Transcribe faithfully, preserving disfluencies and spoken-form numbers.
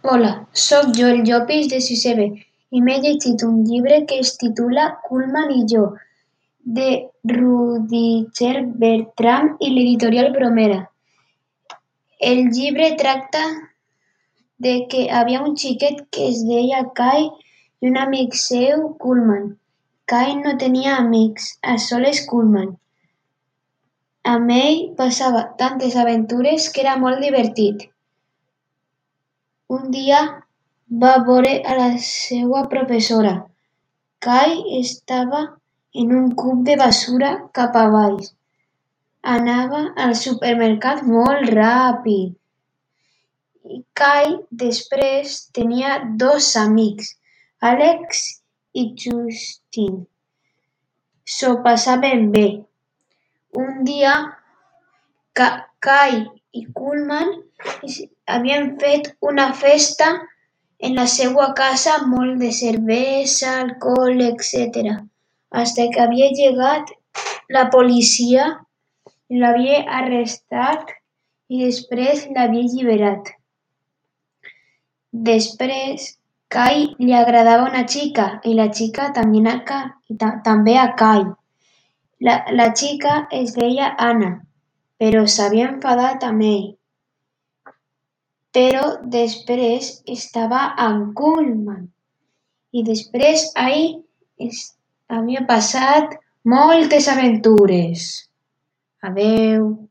Hola, soc jo, el Llopis de sisè B, i m'he llegit un llibre que es titula Kuhlman i jo, de Rudyard Bertram i l'editorial Bromera. El llibre tracta de que havia un xiquet que es deia Kay i un amic seu, Kuhlman. Kay no tenia amics, a soles Kuhlman. Amb ell passava tantes aventures que era molt divertit. Un dia va veure a la seva professora. Kay estava en un cub de basura cap a baix. Anava al supermercat molt ràpid. I Kay després tenia dos amics, Alex i Justin. S'ho passaven bé. Un dia, Kay i Kuhlman havien fet una festa en la seva casa amb molt de cervesa, alcohol, etcètera, hasta que havia llegat la policia, l'havia arrestat i després l'havia alliberat. Després, Kay li agradava una xica i la xica també a Kay. La, la xica es deia Anna, però s'havia enfadat amb ell. Però després estava amb Kuhlman i després ell havia passat moltes aventures. Adeu.